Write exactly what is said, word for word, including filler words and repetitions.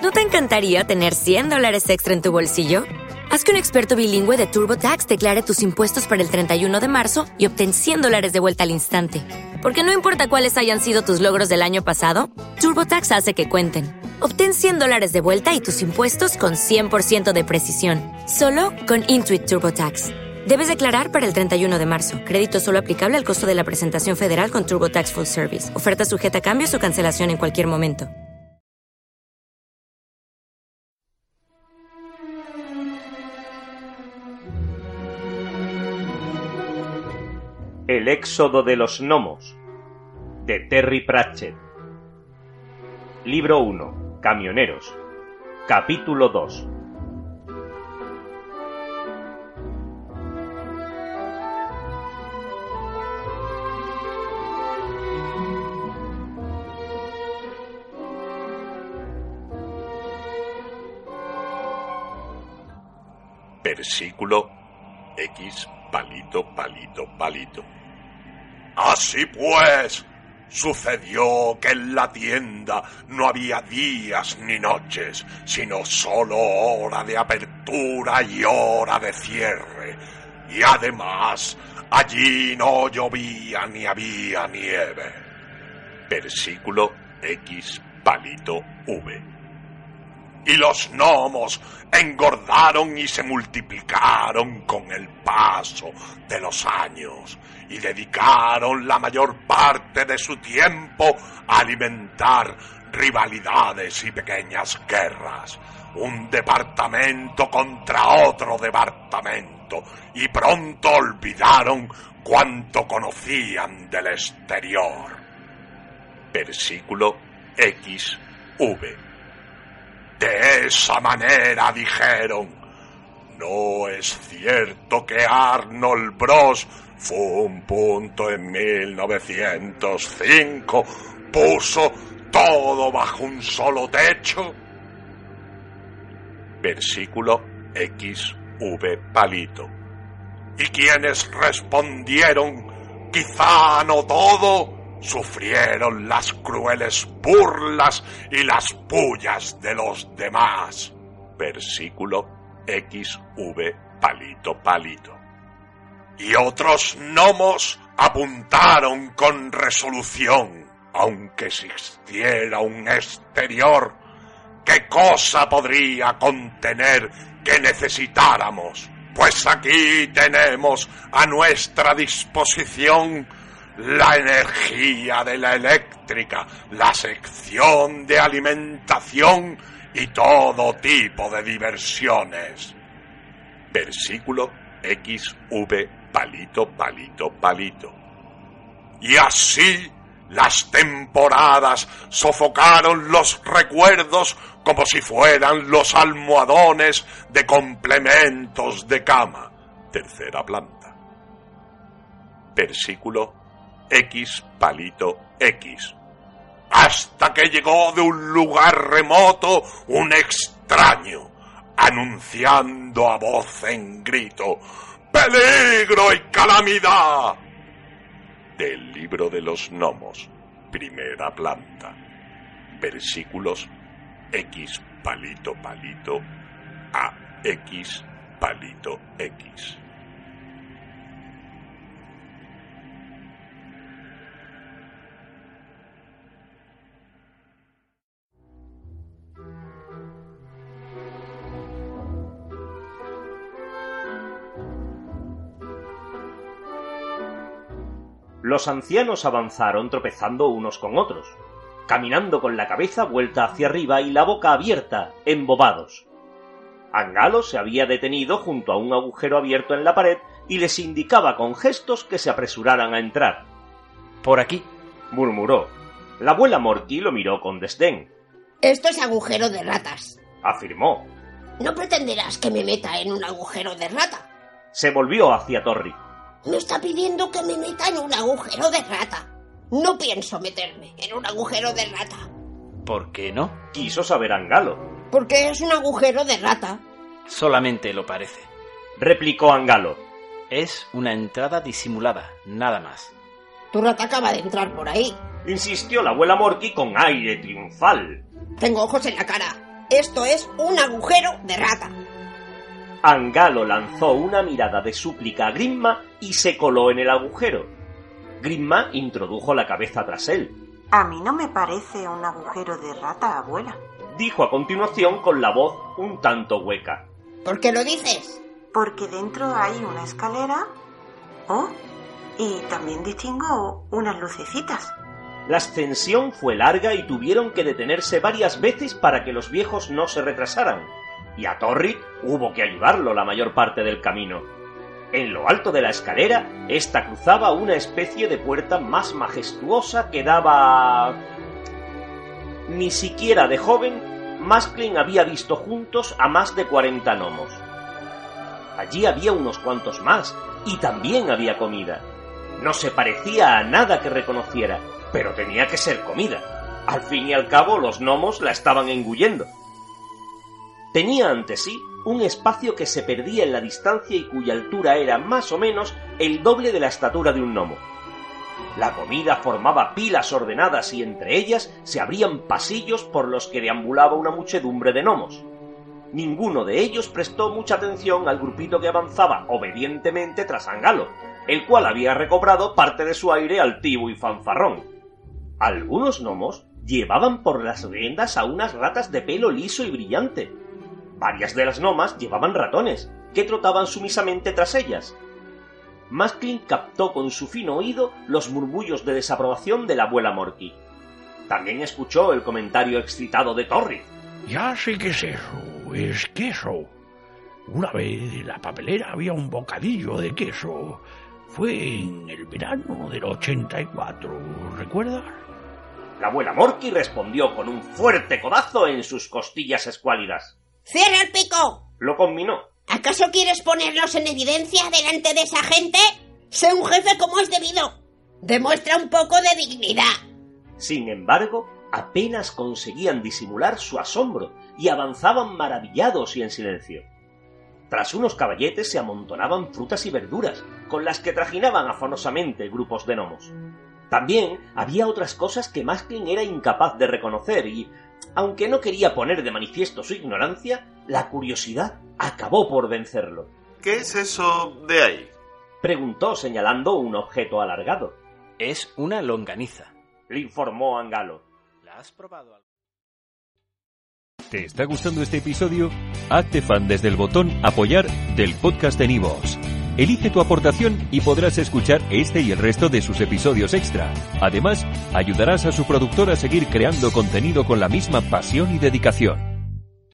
¿No te encantaría tener cien dólares extra en tu bolsillo? Haz que un experto bilingüe de TurboTax declare tus impuestos para el treinta y uno de marzo y obtén cien dólares de vuelta al instante. Porque no importa cuáles hayan sido tus logros del año pasado, TurboTax hace que cuenten. Obtén cien dólares de vuelta y tus impuestos con cien por ciento de precisión. Solo con Intuit TurboTax. Debes declarar para el treinta y uno de marzo. Crédito solo aplicable al costo de la presentación federal con TurboTax Full Service. Oferta sujeta a cambios o cancelación en cualquier momento. El éxodo de los gnomos, de Terry Pratchett. Libro uno. Camioneros. Capítulo dos. Versículo X palito palito palito. Así pues, sucedió que en la tienda no había días ni noches, sino solo hora de apertura y hora de cierre. Y además, allí no llovía ni había nieve. Versículo X palito V. Y los gnomos engordaron y se multiplicaron con el paso de los años, y dedicaron la mayor parte de su tiempo a alimentar rivalidades y pequeñas guerras, un departamento contra otro departamento, y pronto olvidaron cuanto conocían del exterior. Versículo X V. De esa manera dijeron: no es cierto que Arnold Bros. Fue un punto en mil novecientos cinco puso todo bajo un solo techo. Versículo X V palito. Y quienes respondieron: quizá no todo, sufrieron las crueles burlas y las pullas de los demás. Versículo X V palito palito. Y otros gnomos apuntaron con resolución: aunque existiera un exterior, ¿qué cosa podría contener que necesitáramos? Pues aquí tenemos a nuestra disposición la energía de la eléctrica, la sección de alimentación y todo tipo de diversiones. Versículo X V palito palito palito. Y así las temporadas sofocaron los recuerdos como si fueran los almohadones de complementos de cama. Tercera planta. Versículo X palito X. Hasta que llegó de un lugar remoto un extraño, anunciando a voz en grito: ¡peligro y calamidad! Del libro de los gnomos, primera planta. Versículos X palito palito a X palito X. Los ancianos avanzaron tropezando unos con otros, caminando con la cabeza vuelta hacia arriba y la boca abierta, embobados. Angalo se había detenido junto a un agujero abierto en la pared y les indicaba con gestos que se apresuraran a entrar. «Por aquí», murmuró. La abuela Morky lo miró con desdén. «Esto es agujero de ratas», afirmó. «No pretenderás que me meta en un agujero de rata». Se volvió hacia Torri. «Me está pidiendo que me meta en un agujero de rata. No pienso meterme en un agujero de rata». «¿Por qué no?», quiso saber Angalo. «Porque es un agujero de rata». «Solamente lo parece», replicó Angalo. «Es una entrada disimulada, nada más». «Tu rata acaba de entrar por ahí», insistió la abuela Morky con aire triunfal. «Tengo ojos en la cara». Esto es un agujero de rata. Angalo lanzó una mirada de súplica a Grimma y se coló en el agujero. Grimma introdujo la cabeza tras él. A mí no me parece un agujero de rata, abuela. Dijo a continuación con la voz un tanto hueca. ¿Por qué lo dices? Porque dentro hay una escalera. Oh, y también distingo unas lucecitas. La ascensión fue larga y tuvieron que detenerse varias veces para que los viejos no se retrasaran, y a Torrit hubo que ayudarlo la mayor parte del camino. En lo alto de la escalera, ésta cruzaba una especie de puerta más majestuosa que daba... Ni siquiera de joven, Masklin había visto juntos a más de cuarenta gnomos. Allí había unos cuantos más, y también había comida. No se parecía a nada que reconociera, pero tenía que ser comida. Al fin y al cabo, los gnomos la estaban engullendo. Tenía ante sí un espacio que se perdía en la distancia y cuya altura era más o menos el doble de la estatura de un gnomo. La comida formaba pilas ordenadas y entre ellas se abrían pasillos por los que deambulaba una muchedumbre de gnomos. Ninguno de ellos prestó mucha atención al grupito que avanzaba obedientemente tras Angalo, el cual había recobrado parte de su aire altivo y fanfarrón. Algunos gnomos llevaban por las riendas a unas ratas de pelo liso y brillante. Varias de las gnomas llevaban ratones, que trotaban sumisamente tras ellas. Masklin captó con su fino oído los murmullos de desaprobación de la abuela Morky. También escuchó el comentario excitado de Torrit. Ya sé qué es eso, es queso. Una vez en la papelera había un bocadillo de queso. Fue en el verano del ochenta y cuatro, ¿recuerdas? La abuela Morky respondió con un fuerte codazo en sus costillas escuálidas. ¡Cierra el pico! Lo conminó. ¿Acaso quieres ponernos en evidencia delante de esa gente? Sé un jefe como es debido. Demuestra un poco de dignidad. Sin embargo, apenas conseguían disimular su asombro y avanzaban maravillados y en silencio. Tras unos caballetes se amontonaban frutas y verduras, con las que trajinaban afanosamente grupos de gnomos. También había otras cosas que Masklin era incapaz de reconocer y, aunque no quería poner de manifiesto su ignorancia, la curiosidad acabó por vencerlo. ¿Qué es eso de ahí? Preguntó señalando un objeto alargado. Es una longaniza, le informó Angalo. ¿La has probado? ¿Te está gustando este episodio? Hazte fan desde el botón Apoyar del podcast de Nivos. Elige tu aportación y podrás escuchar este y el resto de sus episodios extra. Además, ayudarás a su productor a seguir creando contenido con la misma pasión y dedicación.